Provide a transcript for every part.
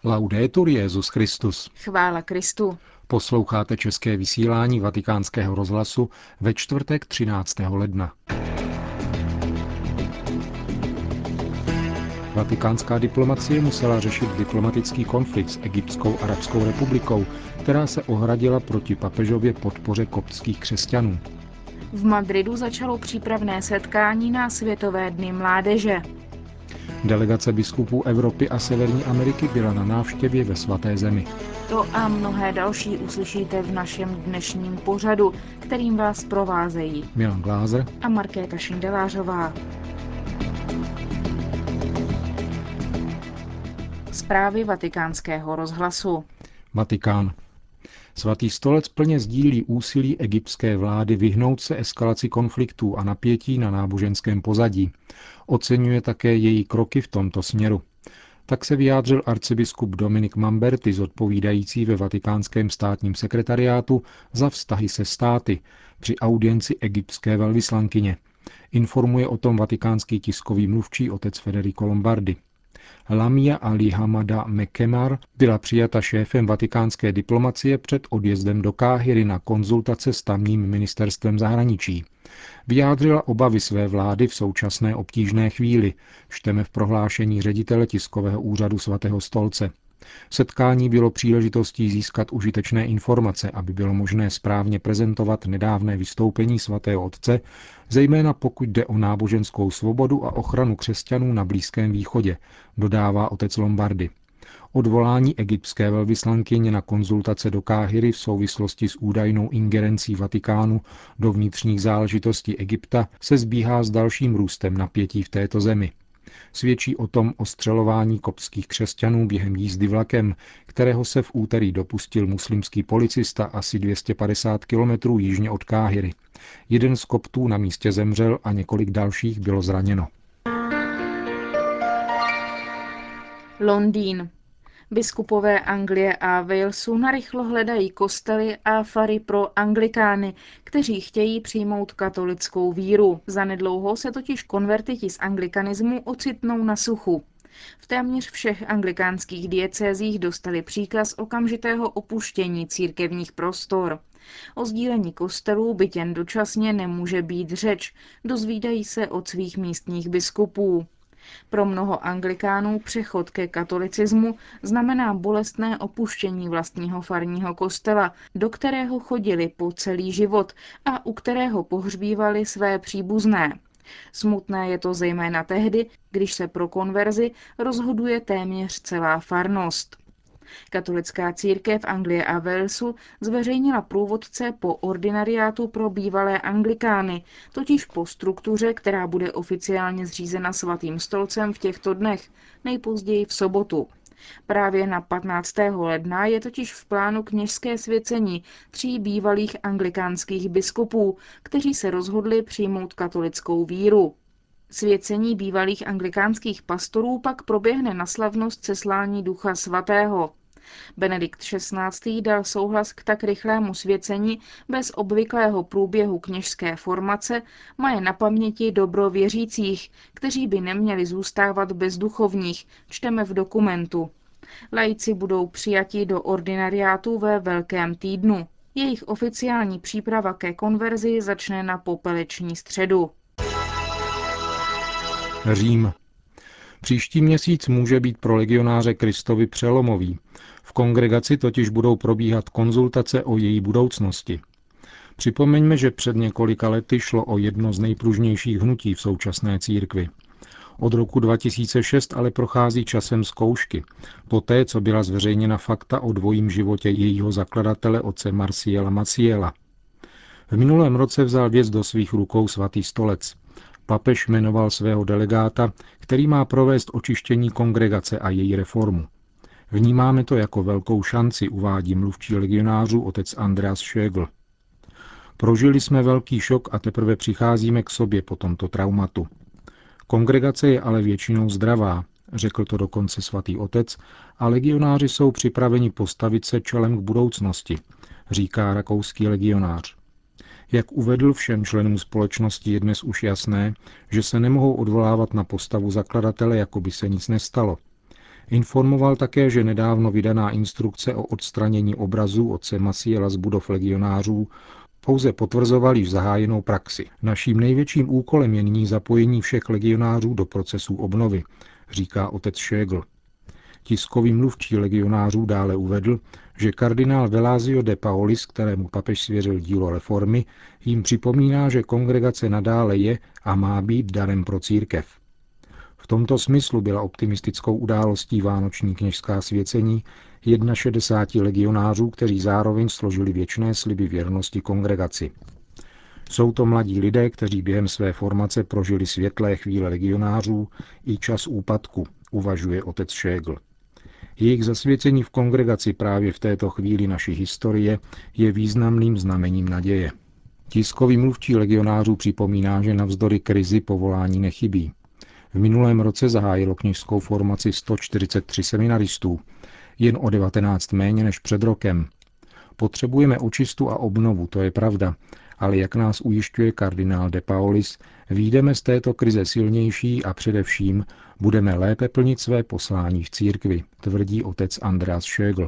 Laudetur Jesus Christus. Chvála Kristu. Posloucháte české vysílání Vatikánského rozhlasu ve čtvrtek 13. ledna. Vatikánská diplomacie musela řešit diplomatický konflikt s Egyptskou arabskou republikou, která se ohradila proti papežově podpoře koptských křesťanů. V Madridu začalo přípravné setkání na Světové dny mládeže. Delegace biskupů Evropy a Severní Ameriky byla na návštěvě ve Svaté zemi. To a mnohé další uslyšíte v našem dnešním pořadu, kterým vás provázejí Milan Glázer a Markéta Šindelářová. Zprávy Vatikánského rozhlasu. Vatikán. Svatý stolec plně sdílí úsilí egyptské vlády vyhnout se eskalaci konfliktů a napětí na náboženském pozadí. Oceňuje také její kroky v tomto směru. Tak se vyjádřil arcibiskup Dominik Mamberti, zodpovídající ve vatikánském státním sekretariátu za vztahy se státy, při audienci egyptské velvyslankyně. Informuje o tom vatikánský tiskový mluvčí otec Federico Lombardi. Lamia Ali Hamada Mekemar byla přijata šéfem vatikánské diplomacie před odjezdem do Káhiry na konzultace s tamním ministerstvem zahraničí. Vyjádřila obavy své vlády v současné obtížné chvíli, čteme v prohlášení ředitele tiskového úřadu svatého stolce. Setkání bylo příležitostí získat užitečné informace, aby bylo možné správně prezentovat nedávné vystoupení svatého otce, zejména pokud jde o náboženskou svobodu a ochranu křesťanů na Blízkém východě, dodává otec Lombardi. Odvolání egyptské velvyslankyně na konzultace do Káhiry v souvislosti s údajnou ingerencí Vatikánu do vnitřních záležitostí Egypta se sbíhá s dalším růstem napětí v této zemi. Svědčí o tom ostřelování koptských křesťanů během jízdy vlakem, kterého se v úterý dopustil muslimský policista asi 250 kilometrů jižně od Káhiry. Jeden z koptů na místě zemřel a několik dalších bylo zraněno. Londýn. Biskupové Anglie a Walesu narychlo hledají kostely a fary pro anglikány, kteří chtějí přijmout katolickou víru. Zanedlouho se totiž konvertiti z anglikanismu ocitnou na suchu. V téměř všech anglikánských diecézích dostali příkaz okamžitého opuštění církevních prostor. O sdílení kostelů, byť jen dočasně, nemůže být řeč, dozvídají se od svých místních biskupů. Pro mnoho anglikánů přechod ke katolicismu znamená bolestné opuštění vlastního farního kostela, do kterého chodili po celý život a u kterého pohřbívali své příbuzné. Smutné je to zejména tehdy, když se pro konverzi rozhoduje téměř celá farnost. Katolická církev Anglie a Walesu zveřejnila průvodce po ordinariátu pro bývalé anglikány, totiž po struktuře, která bude oficiálně zřízena svatým stolcem v těchto dnech, nejpozději v sobotu. Právě na 15. ledna je totiž v plánu kněžské svěcení 3 bývalých anglikánských biskupů, kteří se rozhodli přijmout katolickou víru. Svěcení bývalých anglikánských pastorů pak proběhne na slavnost seslání Ducha Svatého. Benedikt XVI. Dal souhlas k tak rychlému svěcení bez obvyklého průběhu kněžské formace, maje na paměti dobro věřících, kteří by neměli zůstávat bez duchovních, čteme v dokumentu. Laici budou přijati do ordinariátu ve Velkém týdnu. Jejich oficiální příprava ke konverzi začne na popeleční středu. Řím. Příští měsíc může být pro legionáře Kristovi přelomový. V kongregaci totiž budou probíhat konzultace o její budoucnosti. Připomeňme, že před několika lety šlo o jedno z nejpružnějších hnutí v současné církvi. Od roku 2006 ale prochází časem zkoušky, poté co byla zveřejněna fakta o dvojím životě jejího zakladatele otce Marciela Maciela. V minulém roce vzal věc do svých rukou svatý stolec. Papež jmenoval svého delegáta, který má provést očištění kongregace a její reformu. Vnímáme to jako velkou šanci, uvádí mluvčí legionářů otec Andreas Schögl. Prožili jsme velký šok a teprve přicházíme k sobě po tomto traumatu. Kongregace je ale většinou zdravá, řekl to dokonce svatý otec, a legionáři jsou připraveni postavit se čelem k budoucnosti, říká rakouský legionář. Jak uvedl, všem členům společnosti je dnes už jasné, že se nemohou odvolávat na postavu zakladatele, jako by se nic nestalo. Informoval také, že nedávno vydaná instrukce o odstranění obrazů otce Maciela z budov legionářů pouze potvrzoval již zahájenou praxi. Naším největším úkolem je nyní zapojení všech legionářů do procesů obnovy, říká otec Schlegel. Tiskový mluvčí legionářů dále uvedl, že kardinál Velázio de Paolis, kterému papež svěřil dílo reformy, jim připomíná, že kongregace nadále je a má být darem pro církev. V tomto smyslu byla optimistickou událostí vánoční kněžská svěcení 61 legionářů, kteří zároveň složili věčné sliby věrnosti kongregaci. Jsou to mladí lidé, kteří během své formace prožili světlé chvíle legionářů i čas úpadku, uvažuje otec Schlegel. Jejich zasvěcení v kongregaci právě v této chvíli naší historie je významným znamením naděje. Tiskový mluvčí legionářů připomíná, že navzdory krizi povolání nechybí. V minulém roce zahájilo kněžskou formaci 143 seminaristů, jen o 19 méně než před rokem. Potřebujeme očistu a obnovu, to je pravda, ale jak nás ujišťuje kardinál de Paolis, vyjdeme z této krize silnější a především budeme lépe plnit své poslání v církvi, tvrdí otec Andreas Schlegel.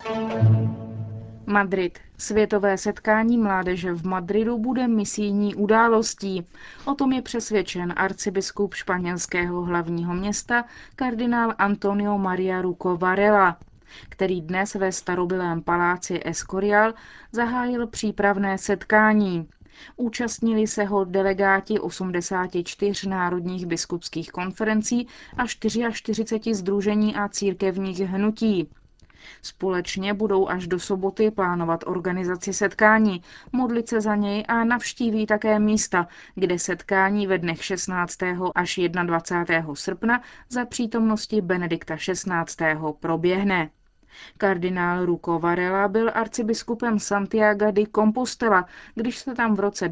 Madrid. Světové setkání mládeže v Madridu bude misijní událostí. O tom je přesvědčen arcibiskup španělského hlavního města kardinál Antonio María Ruco Varela, který dnes ve starobylém paláci Escorial zahájil přípravné setkání. Účastnili se ho delegáti 84 národních biskupských konferencí a 44 sdružení a církevních hnutí. Společně budou až do soboty plánovat organizaci setkání, modlit se za něj a navštíví také místa, kde setkání ve dnech 16. až 21. srpna za přítomnosti Benedikta XVI. Proběhne. Kardinál Ruco Varela byl arcibiskupem Santiaga de Compostela, když se tam v roce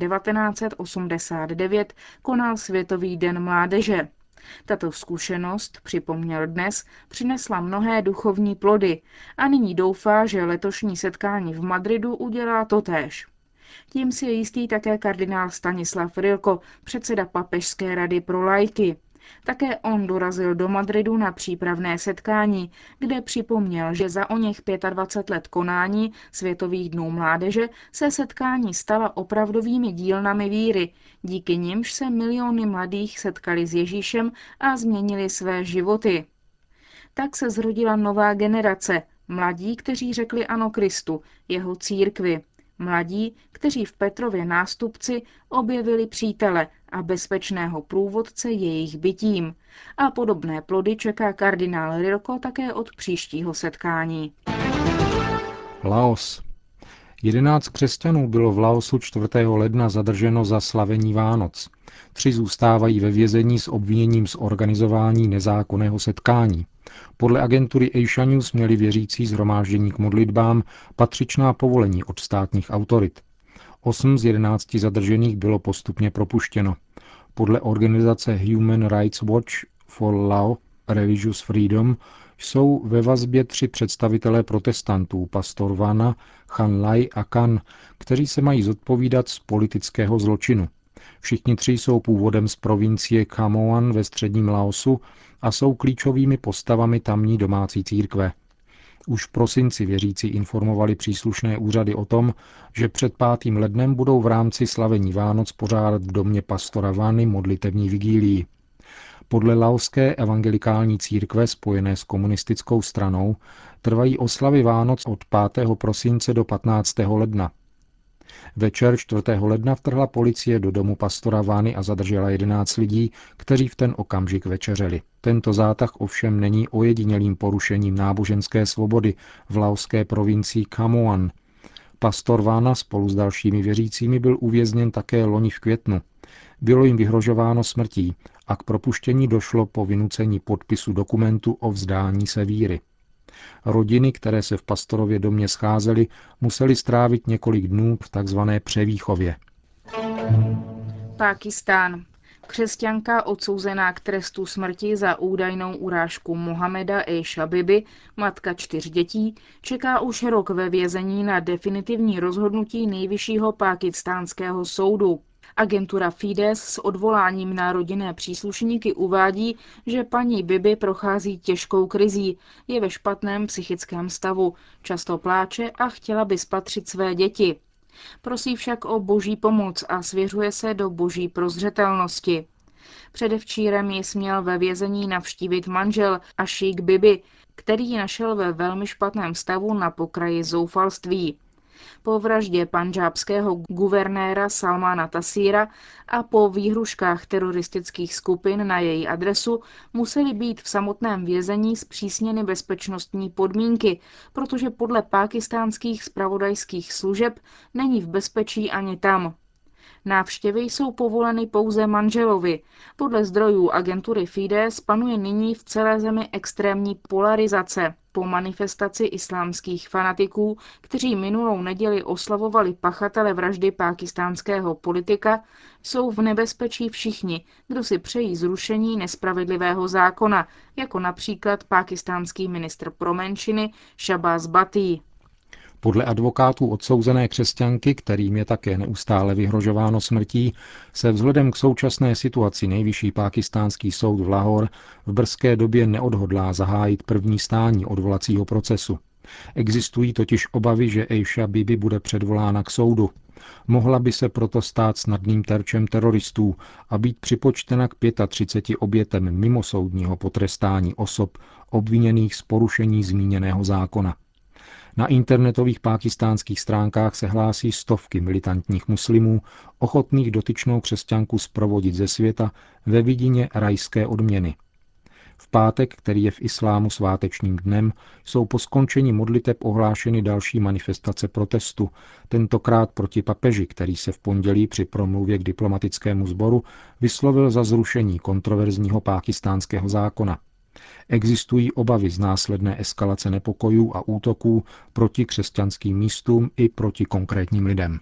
1989 konal Světový den mládeže. Tato zkušenost, připomněl dnes, přinesla mnohé duchovní plody a nyní doufá, že letošní setkání v Madridu udělá totéž. Tím si je jistý také kardinál Stanislav Rilko, předseda Papežské rady pro laiky. Také on dorazil do Madridu na přípravné setkání, kde připomněl, že za oněch 25 let konání Světových dnů mládeže se setkání stala opravdovými dílnami víry, díky nimž se miliony mladých setkali s Ježíšem a změnili své životy. Tak se zrodila nová generace, mladí, kteří řekli ano Kristu, jeho církvi. Mladí, kteří v Petrově nástupci objevili přítele a bezpečného průvodce jejich bytím. A podobné plody čeká kardinál Rilko také od příštího setkání. Laos. 11 křesťanů bylo v Laosu 4. ledna zadrženo za slavení Vánoc. 3 zůstávají ve vězení s obviněním z organizování nezákonného setkání. Podle agentury Asia News měli věřící shromáždění k modlitbám patřičná povolení od státních autorit. 8 z 11 zadržených bylo postupně propuštěno. Podle organizace Human Rights Watch for Lao Religious Freedom jsou ve vazbě 3 představitelé protestantů, pastor Vana, Chan Lai a Kan, kteří se mají zodpovídat z politického zločinu. Všichni 3 jsou původem z provincie Khammouan ve středním Laosu a jsou klíčovými postavami tamní domácí církve. Už v prosinci věřící informovali příslušné úřady o tom, že před 5. lednem budou v rámci slavení Vánoc pořádat v domě pastora Vany modlitevní vigílii. Podle laoské evangelikální církve spojené s komunistickou stranou trvají oslavy Vánoc od 5. prosince do 15. ledna. Večer 4. ledna vtrhla policie do domu pastora Vány a zadržela 11 lidí, kteří v ten okamžik večeřeli. Tento zátah ovšem není ojedinělým porušením náboženské svobody v laoské provincii Khammouan. Pastor Vána spolu s dalšími věřícími byl uvězněn také loni v květnu. Bylo jim vyhrožováno smrtí a k propuštění došlo po vynucení podpisu dokumentu o vzdání se víry. Rodiny, které se v pastorově domě scházely, musely strávit několik dnů v takzvané převýchově. Pákistán. Křesťanka odsouzená k trestu smrti za údajnou urážku Mohameda Aisha Bibi, matka 4 dětí, čeká už rok ve vězení na definitivní rozhodnutí nejvyššího pákistánského soudu. Agentura Fides s odvoláním na rodinné příslušníky uvádí, že paní Bibi prochází těžkou krizí, je ve špatném psychickém stavu, často pláče a chtěla by spatřit své děti. Prosí však o boží pomoc a svěřuje se do boží prozřetelnosti. Předevčírem ji směl ve vězení navštívit manžel Ašík Bibi, který ji našel ve velmi špatném stavu na pokraji zoufalství. Po vraždě pandžábského guvernéra Salmána Tasíra a po výhruškách teroristických skupin na její adresu musely být v samotném vězení zpřísněny bezpečnostní podmínky, protože podle pákistánských zpravodajských služeb není v bezpečí ani tam. Návštěvy jsou povoleny pouze manželovi. Podle zdrojů agentury Fides panuje nyní v celé zemi extrémní polarizace. Po manifestaci islámských fanatiků, kteří minulou neděli oslavovali pachatele vraždy pákistánského politika, jsou v nebezpečí všichni, kdo si přejí zrušení nespravedlivého zákona, jako například pákistánský ministr pro menšiny Shahbaz Bhatti. Podle advokátů odsouzené křesťanky, kterým je také neustále vyhrožováno smrtí, se vzhledem k současné situaci nejvyšší pákistánský soud v Lahore v brzké době neodhodlá zahájit první stání odvolacího procesu. Existují totiž obavy, že Aisha Bibi bude předvolána k soudu. Mohla by se proto stát snadným terčem teroristů a být připočtena k 35 obětem mimosoudního potrestání osob obviněných z porušení zmíněného zákona. Na internetových pákistánských stránkách se hlásí stovky militantních muslimů, ochotných dotyčnou křesťanku zprovodit ze světa ve vidině rajské odměny. V pátek, který je v islámu svátečním dnem, jsou po skončení modliteb ohlášeny další manifestace protestu, tentokrát proti papeži, který se v pondělí při promluvě k diplomatickému sboru vyslovil za zrušení kontroverzního pákistánského zákona. Existují obavy z následné eskalace nepokojů a útoků proti křesťanským místům i proti konkrétním lidem.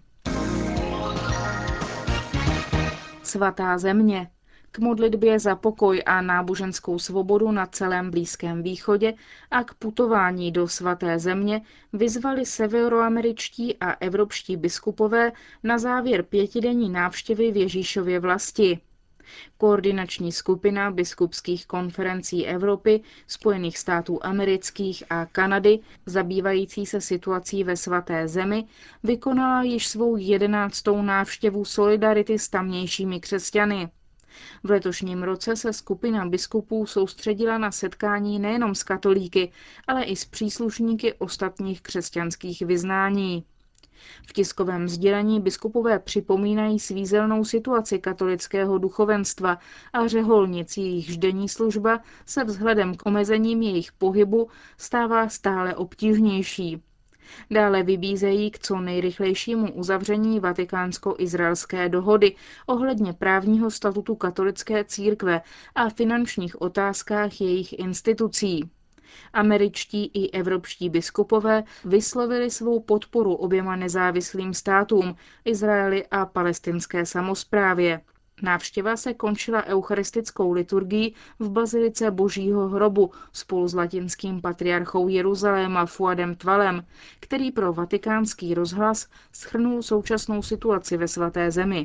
Svatá země. K modlitbě za pokoj a náboženskou svobodu na celém Blízkém východě a k putování do svaté země vyzvali severoameričtí a evropští biskupové na závěr 5denní návštěvy v Ježíšově vlasti. Koordinační skupina biskupských konferencí Evropy, Spojených států amerických a Kanady, zabývající se situací ve svaté zemi, vykonala již svou 11. návštěvu solidarity s tamnějšími křesťany. V letošním roce se skupina biskupů soustředila na setkání nejenom s katolíky, ale i s příslušníky ostatních křesťanských vyznání. V tiskovém sdělení biskupové připomínají svízelnou situaci katolického duchovenstva a řeholnic, jejichž denní služba se vzhledem k omezením jejich pohybu stává stále obtížnější. Dále vybízejí k co nejrychlejšímu uzavření vatikánsko-izraelské dohody ohledně právního statutu katolické církve a finančních otázkách jejich institucí. Američtí i evropští biskupové vyslovili svou podporu oběma nezávislým státům, Izraeli a palestinské samosprávě. Návštěva se končila eucharistickou liturgií v bazilice Božího hrobu spolu s latinským patriarchou Jeruzaléma Fuadem Tvalem, který pro vatikánský rozhlas shrnul současnou situaci ve svaté zemi.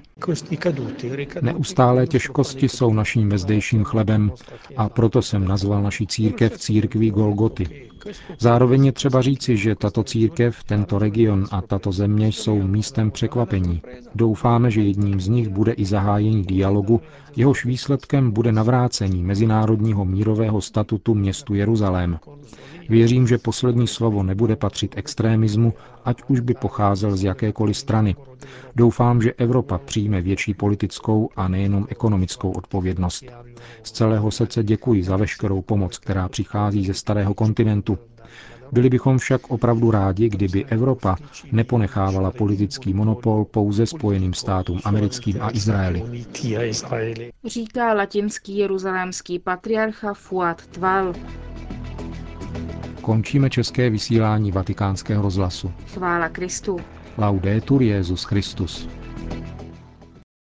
Neustálé těžkosti jsou naším mezdejším chlebem a proto jsem nazval naši církev církví Golgoty. Zároveň je třeba říci, že tato církev, tento region a tato země jsou místem překvapení. Doufáme, že jedním z nich bude i zahájení dialogu, jehož výsledkem bude navrácení mezinárodního mírového statutu městu Jeruzalém. Věřím, že poslední slovo nebude patřit extrémismu, ať už by pocházel z jakékoliv strany. Doufám, že Evropa přijme větší politickou a nejenom ekonomickou odpovědnost. Z celého srdce děkuji za veškerou pomoc, která přichází ze starého kontinentu. Byli bychom však opravdu rádi, kdyby Evropa neponechávala politický monopol pouze Spojeným státům americkým a Izraeli. Říká latinský jeruzalémský patriarcha Fuad Tval. Končíme české vysílání Vatikánského rozhlasu. Chvála Kristu. Laudetur Jesus Christus.